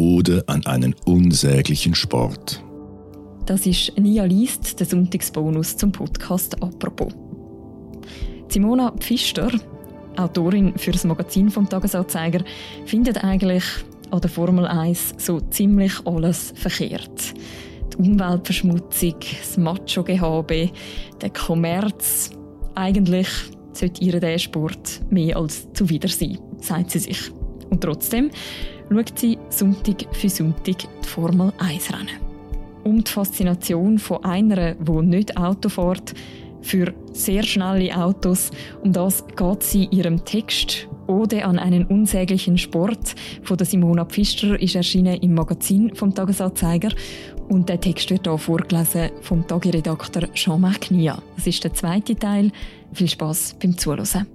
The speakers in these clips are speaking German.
Ode an einen unsäglichen Sport. Das ist Nia liest, der Sonntagsbonus zum Podcast «Apropos». Simona Pfister, Autorin für das Magazin vom Tagesanzeiger, findet eigentlich an der Formel 1 so ziemlich alles verkehrt. Die Umweltverschmutzung, das Macho-Gehabe, der Kommerz. Eigentlich sollte ihr der Sport mehr als zuwider sein, sagt sie sich. Und trotzdem schaut sie Sonntag für Sonntag die Formel 1 Rennen. Um die Faszination von einer, die nicht Auto fährt, für sehr schnelle Autos. Um das geht sie in ihrem Text «Ode an einen unsäglichen Sport» von der Simona Pfister ist erschienen im Magazin vom Tagesanzeiger. Und der Text wird hier vorgelesen vom Tagiredakteur Jean-Marc Nia. Das ist der zweite Teil. Viel Spass beim Zuhören.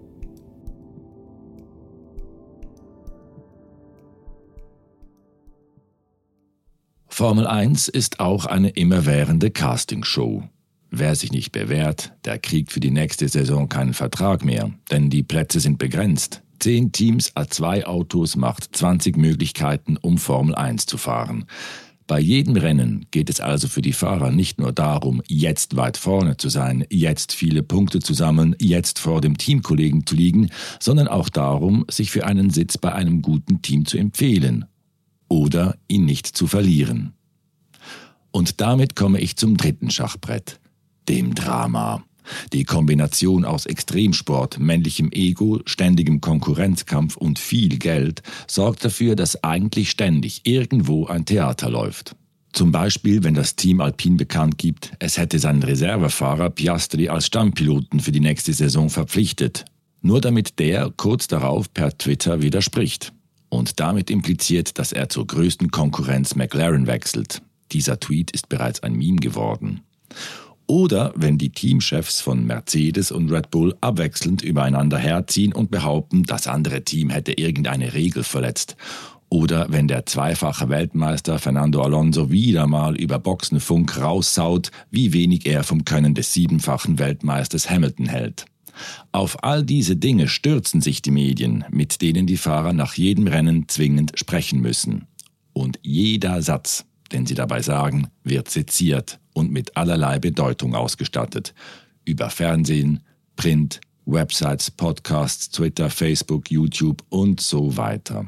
Formel 1 ist auch eine immerwährende Castingshow. Wer sich nicht bewährt, der kriegt für die nächste Saison keinen Vertrag mehr, denn die Plätze sind begrenzt. 10 Teams a 2 Autos macht 20 Möglichkeiten, um Formel 1 zu fahren. Bei jedem Rennen geht es also für die Fahrer nicht nur darum, jetzt weit vorne zu sein, jetzt viele Punkte zu sammeln, jetzt vor dem Teamkollegen zu liegen, sondern auch darum, sich für einen Sitz bei einem guten Team zu empfehlen oder ihn nicht zu verlieren. Und damit komme ich zum dritten Schachbrett, dem Drama. Die Kombination aus Extremsport, männlichem Ego, ständigem Konkurrenzkampf und viel Geld sorgt dafür, dass eigentlich ständig irgendwo ein Theater läuft. Zum Beispiel, wenn das Team Alpine bekannt gibt, es hätte seinen Reservefahrer Piastri als Stammpiloten für die nächste Saison verpflichtet. Nur damit der kurz darauf per Twitter widerspricht. Und damit impliziert, dass er zur größten Konkurrenz McLaren wechselt. Dieser Tweet ist bereits ein Meme geworden. Oder wenn die Teamchefs von Mercedes und Red Bull abwechselnd übereinander herziehen und behaupten, das andere Team hätte irgendeine Regel verletzt. Oder wenn der zweifache Weltmeister Fernando Alonso wieder mal über Boxenfunk raussaut, wie wenig er vom Können des 7-fachen Weltmeisters Hamilton hält. Auf all diese Dinge stürzen sich die Medien, mit denen die Fahrer nach jedem Rennen zwingend sprechen müssen. Und jeder Satz, den sie dabei sagen, wird seziert und mit allerlei Bedeutung ausgestattet. Über Fernsehen, Print, Websites, Podcasts, Twitter, Facebook, YouTube und so weiter.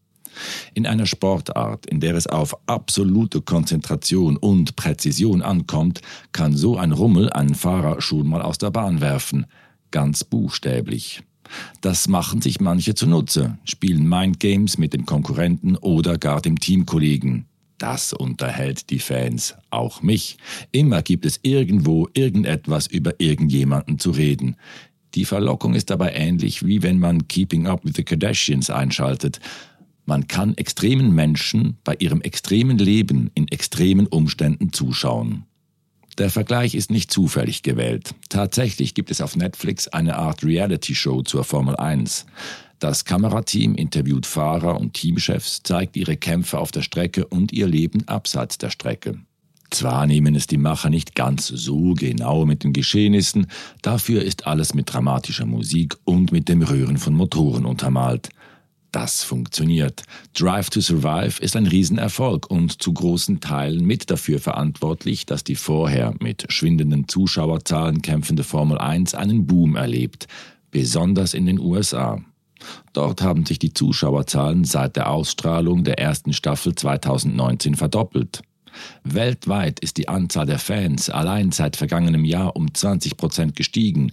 In einer Sportart, in der es auf absolute Konzentration und Präzision ankommt, kann so ein Rummel einen Fahrer schon mal aus der Bahn werfen. Ganz buchstäblich. Das machen sich manche zunutze, spielen Mindgames mit dem Konkurrenten oder gar dem Teamkollegen. Das unterhält die Fans, auch mich. Immer gibt es irgendwo irgendetwas über irgendjemanden zu reden. Die Verlockung ist dabei ähnlich, wie wenn man Keeping Up with the Kardashians einschaltet. Man kann extremen Menschen bei ihrem extremen Leben in extremen Umständen zuschauen. Der Vergleich ist nicht zufällig gewählt. Tatsächlich gibt es auf Netflix eine Art Reality-Show zur Formel 1. Das Kamerateam interviewt Fahrer und Teamchefs, zeigt ihre Kämpfe auf der Strecke und ihr Leben abseits der Strecke. Zwar nehmen es die Macher nicht ganz so genau mit den Geschehnissen, dafür ist alles mit dramatischer Musik und mit dem Röhren von Motoren untermalt. Das funktioniert. Drive to Survive ist ein Riesenerfolg und zu großen Teilen mit dafür verantwortlich, dass die vorher mit schwindenden Zuschauerzahlen kämpfende Formel 1 einen Boom erlebt, besonders in den USA. Dort haben sich die Zuschauerzahlen seit der Ausstrahlung der ersten Staffel 2019 verdoppelt. Weltweit ist die Anzahl der Fans allein seit vergangenem Jahr um 20% gestiegen.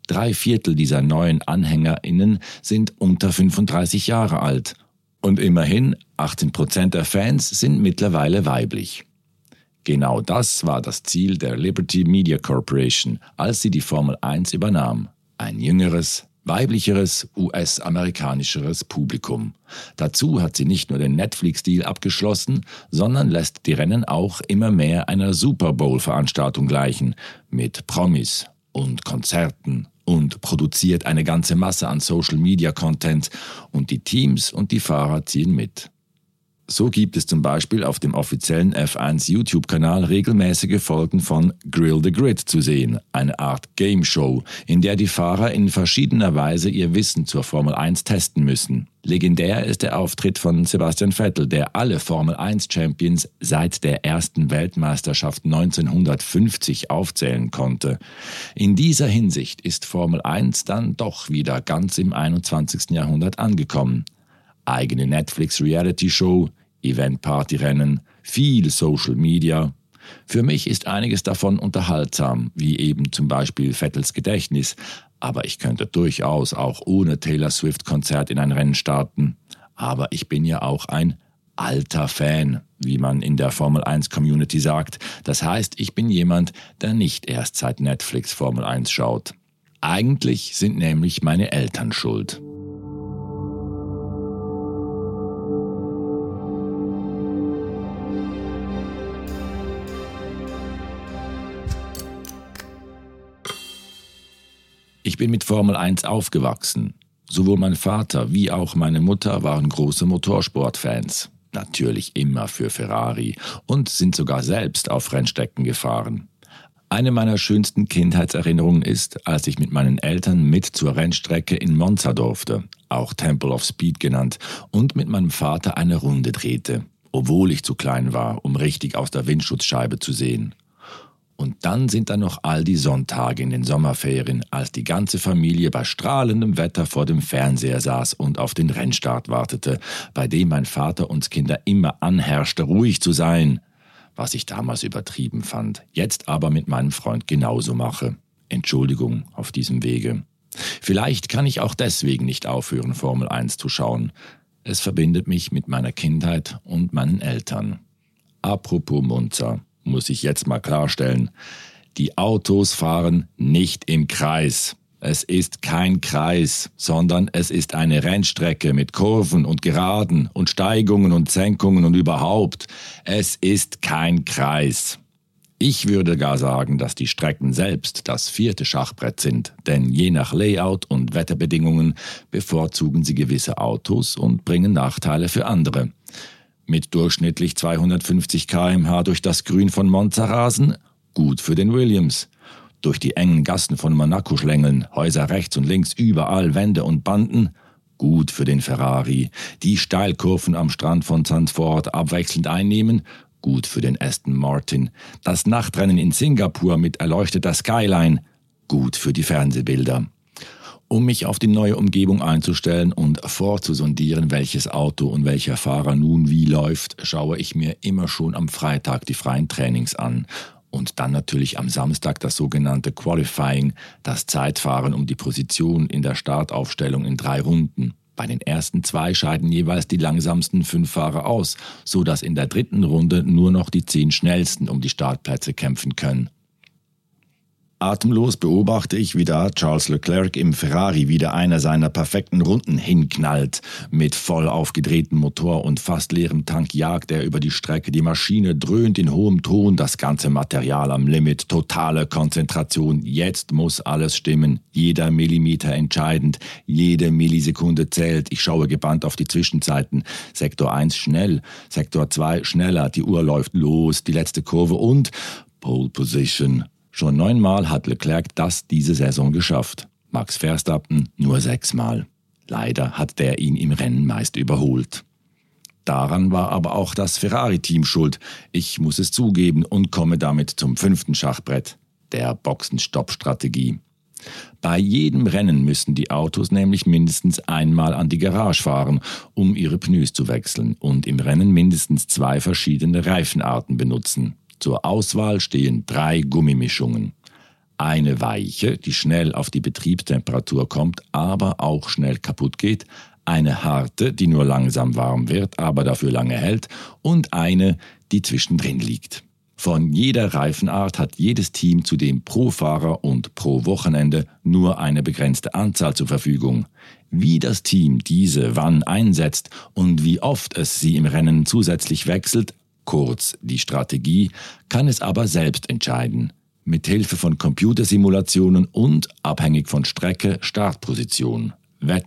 3/4 dieser neuen AnhängerInnen sind unter 35 Jahre alt. Und immerhin 18% der Fans sind mittlerweile weiblich. Genau das war das Ziel der Liberty Media Corporation, als sie die Formel 1 übernahm. Ein jüngeres, weiblicheres, US-amerikanischeres Publikum. Dazu hat sie nicht nur den Netflix-Deal abgeschlossen, sondern lässt die Rennen auch immer mehr einer Super Bowl-Veranstaltung gleichen, mit Promis und Konzerten und produziert eine ganze Masse an Social-Media-Content und die Teams und die Fahrer ziehen mit. So gibt es zum Beispiel auf dem offiziellen F1 YouTube-Kanal regelmäßige Folgen von Grill the Grid zu sehen, eine Art Game-Show, in der die Fahrer in verschiedener Weise ihr Wissen zur Formel 1 testen müssen. Legendär ist der Auftritt von Sebastian Vettel, der alle Formel 1-Champions seit der ersten Weltmeisterschaft 1950 aufzählen konnte. In dieser Hinsicht ist Formel 1 dann doch wieder ganz im 21. Jahrhundert angekommen. Eigene Netflix-Reality-Show, Event-Party-Rennen, viel Social Media. Für mich ist einiges davon unterhaltsam, wie eben zum Beispiel Vettels Gedächtnis, aber ich könnte durchaus auch ohne Taylor Swift-Konzert in ein Rennen starten. Aber ich bin ja auch ein alter Fan, wie man in der Formel-1-Community sagt. Das heißt, ich bin jemand, der nicht erst seit Netflix Formel 1 schaut. Eigentlich sind nämlich meine Eltern schuld. Ich bin mit Formel 1 aufgewachsen. Sowohl mein Vater wie auch meine Mutter waren große Motorsportfans. Natürlich immer für Ferrari und sind sogar selbst auf Rennstrecken gefahren. Eine meiner schönsten Kindheitserinnerungen ist, als ich mit meinen Eltern mit zur Rennstrecke in Monza durfte, auch Temple of Speed genannt, und mit meinem Vater eine Runde drehte, obwohl ich zu klein war, um richtig aus der Windschutzscheibe zu sehen. Und dann sind da noch all die Sonntage in den Sommerferien, als die ganze Familie bei strahlendem Wetter vor dem Fernseher saß und auf den Rennstart wartete, bei dem mein Vater uns Kinder immer anherrschte, ruhig zu sein, was ich damals übertrieben fand, jetzt aber mit meinem Freund genauso mache. Entschuldigung auf diesem Wege. Vielleicht kann ich auch deswegen nicht aufhören, Formel 1 zu schauen. Es verbindet mich mit meiner Kindheit und meinen Eltern. Apropos Monza. Muss ich jetzt mal klarstellen. Die Autos fahren nicht im Kreis. Es ist kein Kreis, sondern es ist eine Rennstrecke mit Kurven und Geraden und Steigungen und Senkungen und überhaupt. Es ist kein Kreis. Ich würde gar sagen, dass die Strecken selbst das 4. Schachbrett sind, denn je nach Layout und Wetterbedingungen bevorzugen sie gewisse Autos und bringen Nachteile für andere. Mit durchschnittlich 250 km/h durch das Grün von Monza rasen, gut für den Williams. Durch die engen Gassen von Monaco schlängeln, Häuser rechts und links, überall Wände und Banden, gut für den Ferrari. Die Steilkurven am Strand von Zandvoort abwechselnd einnehmen, gut für den Aston Martin. Das Nachtrennen in Singapur mit erleuchteter Skyline, gut für die Fernsehbilder. Um mich auf die neue Umgebung einzustellen und vorzusondieren, welches Auto und welcher Fahrer nun wie läuft, schaue ich mir immer schon am Freitag die freien Trainings an. Und dann natürlich am Samstag das sogenannte Qualifying, das Zeitfahren um die Position in der Startaufstellung in 3 Runden. Bei den ersten 2 scheiden jeweils die langsamsten 5 Fahrer aus, sodass in der 3. Runde nur noch die 10 schnellsten um die Startplätze kämpfen können. Atemlos beobachte ich, wie da Charles Leclerc im Ferrari wieder einer seiner perfekten Runden hinknallt. Mit voll aufgedrehtem Motor und fast leerem Tank jagt er über die Strecke. Die Maschine dröhnt in hohem Ton, das ganze Material am Limit, totale Konzentration. Jetzt muss alles stimmen, jeder Millimeter entscheidend, jede Millisekunde zählt. Ich schaue gebannt auf die Zwischenzeiten. Sektor 1 schnell, Sektor 2 schneller, die Uhr läuft los, die letzte Kurve und Pole Position. Schon 9-mal hat Leclerc das diese Saison geschafft. Max Verstappen nur 6-mal. Leider hat der ihn im Rennen meist überholt. Daran war aber auch das Ferrari-Team schuld. Ich muss es zugeben und komme damit zum 5. Schachbrett, der Boxenstopp-Strategie. Bei jedem Rennen müssen die Autos nämlich mindestens einmal an die Garage fahren, um ihre Pneus zu wechseln und im Rennen mindestens 2 verschiedene Reifenarten benutzen. Zur Auswahl stehen 3 Gummimischungen. Eine weiche, die schnell auf die Betriebstemperatur kommt, aber auch schnell kaputt geht. Eine harte, die nur langsam warm wird, aber dafür lange hält. Und eine, die zwischendrin liegt. Von jeder Reifenart hat jedes Team zudem pro Fahrer und pro Wochenende nur eine begrenzte Anzahl zur Verfügung. Wie das Team diese wann einsetzt und wie oft es sie im Rennen zusätzlich wechselt, kurz die Strategie, kann es aber selbst entscheiden. Mit Hilfe von Computersimulationen und, abhängig von Strecke, Startposition, Wetter,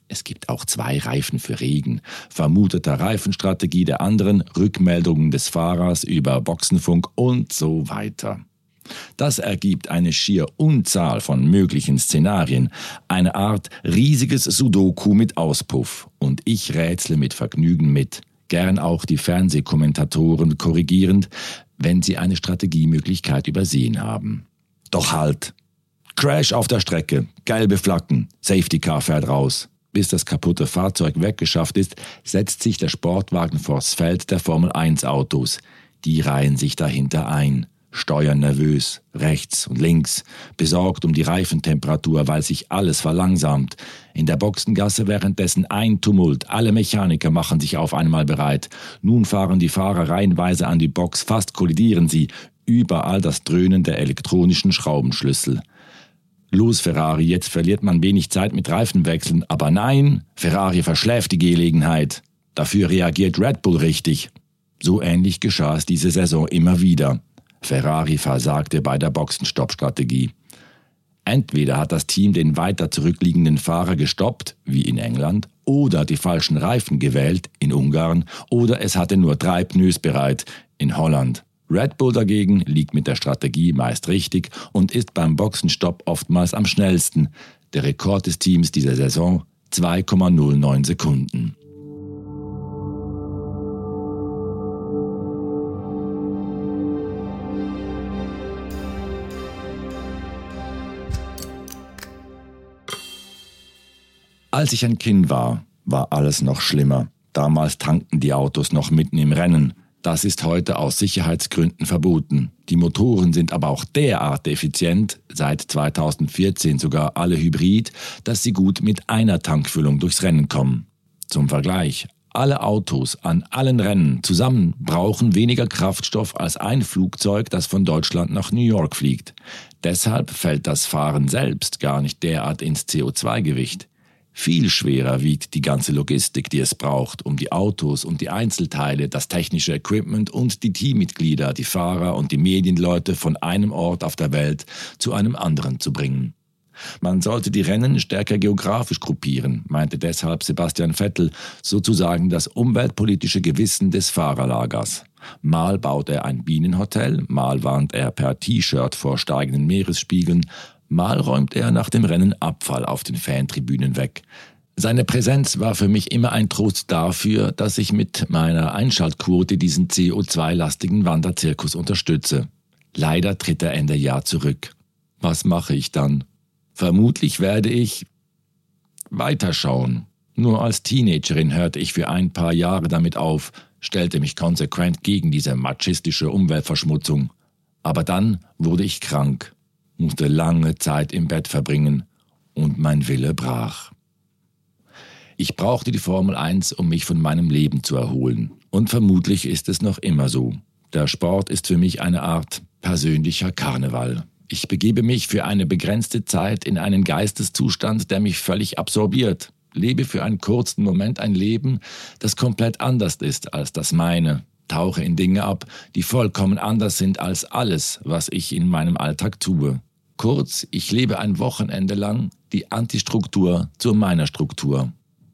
Es gibt auch 2 Reifen für Regen, vermuteter Reifenstrategie der anderen, Rückmeldungen des Fahrers über Boxenfunk und so weiter. Das ergibt eine schier Unzahl von möglichen Szenarien, eine Art riesiges Sudoku mit Auspuff. Und ich rätsle mit Vergnügen mit, gern auch die Fernsehkommentatoren korrigierend, wenn sie eine Strategiemöglichkeit übersehen haben. Doch halt! Crash auf der Strecke, gelbe Flaggen, Safety Car fährt raus. Bis das kaputte Fahrzeug weggeschafft ist, setzt sich der Sportwagen vors Feld der Formel-1-Autos. Die reihen sich dahinter ein. Steuern nervös, rechts und links, besorgt um die Reifentemperatur, weil sich alles verlangsamt. In der Boxengasse währenddessen ein Tumult, alle Mechaniker machen sich auf einmal bereit. Nun fahren die Fahrer reihenweise an die Box, fast kollidieren sie, überall das Dröhnen der elektronischen Schraubenschlüssel. Los Ferrari, jetzt verliert man wenig Zeit mit Reifenwechseln, aber nein, Ferrari verschläft die Gelegenheit. Dafür reagiert Red Bull richtig. So ähnlich geschah es diese Saison immer wieder. Ferrari versagte bei der Boxenstopp-Strategie. Entweder hat das Team den weiter zurückliegenden Fahrer gestoppt, wie in England, oder die falschen Reifen gewählt, in Ungarn, oder es hatte nur 3 Pneus bereit, in Holland. Red Bull dagegen liegt mit der Strategie meist richtig und ist beim Boxenstopp oftmals am schnellsten. Der Rekord des Teams dieser Saison 2,09 Sekunden. Als ich ein Kind war, war alles noch schlimmer. Damals tankten die Autos noch mitten im Rennen. Das ist heute aus Sicherheitsgründen verboten. Die Motoren sind aber auch derart effizient, seit 2014 sogar alle hybrid, dass sie gut mit einer Tankfüllung durchs Rennen kommen. Zum Vergleich, alle Autos an allen Rennen zusammen brauchen weniger Kraftstoff als ein Flugzeug, das von Deutschland nach New York fliegt. Deshalb fällt das Fahren selbst gar nicht derart ins CO2-Gewicht. Viel schwerer wiegt die ganze Logistik, die es braucht, um die Autos und die Einzelteile, das technische Equipment und die Teammitglieder, die Fahrer und die Medienleute von einem Ort auf der Welt zu einem anderen zu bringen. Man sollte die Rennen stärker geografisch gruppieren, meinte deshalb Sebastian Vettel, sozusagen das umweltpolitische Gewissen des Fahrerlagers. Mal baut er ein Bienenhotel, mal warnt er per T-Shirt vor steigenden Meeresspiegeln, mal räumt er nach dem Rennen Abfall auf den Fantribünen weg. Seine Präsenz war für mich immer ein Trost dafür, dass ich mit meiner Einschaltquote diesen CO2-lastigen Wanderzirkus unterstütze. Leider tritt er Ende Jahr zurück. Was mache ich dann? Vermutlich werde ich weiterschauen. Nur als Teenagerin hörte ich für ein paar Jahre damit auf, stellte mich konsequent gegen diese machistische Umweltverschmutzung. Aber dann wurde ich krank, musste lange Zeit im Bett verbringen und mein Wille brach. Ich brauchte die Formel 1, um mich von meinem Leben zu erholen. Und vermutlich ist es noch immer so. Der Sport ist für mich eine Art persönlicher Karneval. Ich begebe mich für eine begrenzte Zeit in einen Geisteszustand, der mich völlig absorbiert. Lebe für einen kurzen Moment ein Leben, das komplett anders ist als das meine. Tauche in Dinge ab, die vollkommen anders sind als alles, was ich in meinem Alltag tue. Kurz, ich lebe ein Wochenende lang die Antistruktur zu meiner Struktur.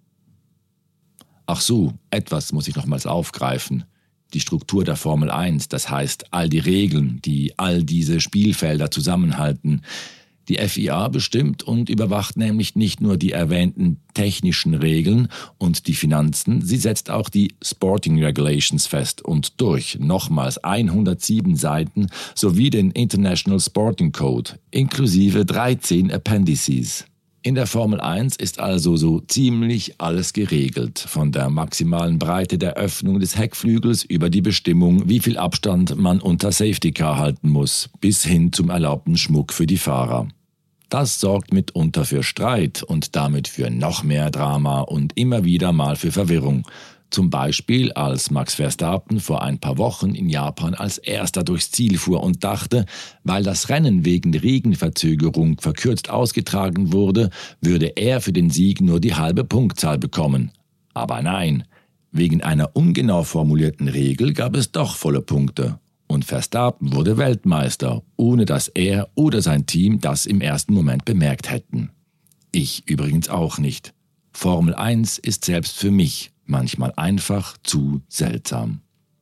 Ach so, etwas muss ich nochmals aufgreifen. Die Struktur der Formel 1, das heißt all die Regeln, die all diese Spielfelder zusammenhalten. Die FIA bestimmt und überwacht nämlich nicht nur die erwähnten technischen Regeln und die Finanzen, sie setzt auch die Sporting Regulations fest und durch nochmals 107 Seiten sowie den International Sporting Code, inklusive 13 Appendices. In der Formel 1 ist also so ziemlich alles geregelt, von der maximalen Breite der Öffnung des Heckflügels über die Bestimmung, wie viel Abstand man unter Safety Car halten muss, bis hin zum erlaubten Schmuck für die Fahrer. Das sorgt mitunter für Streit und damit für noch mehr Drama und immer wieder mal für Verwirrung. Zum Beispiel, als Max Verstappen vor ein paar Wochen in Japan als Erster durchs Ziel fuhr und dachte, weil das Rennen wegen Regenverzögerung verkürzt ausgetragen wurde, würde er für den Sieg nur die halbe Punktzahl bekommen. Aber nein, wegen einer ungenau formulierten Regel gab es doch volle Punkte. Und Verstappen wurde Weltmeister, ohne dass er oder sein Team das im ersten Moment bemerkt hätten. Ich übrigens auch nicht. Formel 1 ist selbst für mich manchmal einfach zu seltsam.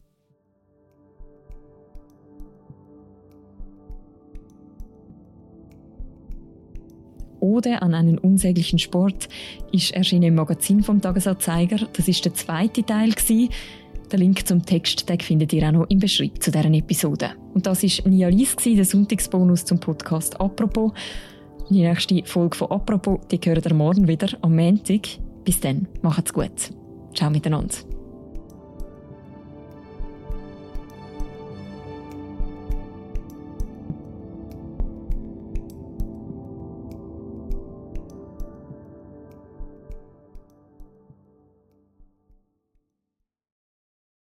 Ode an einen unsäglichen Sport ist erschienen im Magazin vom Tagesanzeiger. Das ist der zweite Teil gewesen. Den Link zum Text den findet ihr auch noch im Beschreibung zu dieser Episode. Und das war Nia Lies, der Sonntagsbonus zum Podcast «Apropos». Die nächste Folge von «Apropos» die hören ihr morgen wieder am Montag. Bis dann, macht's gut. Ciao miteinander.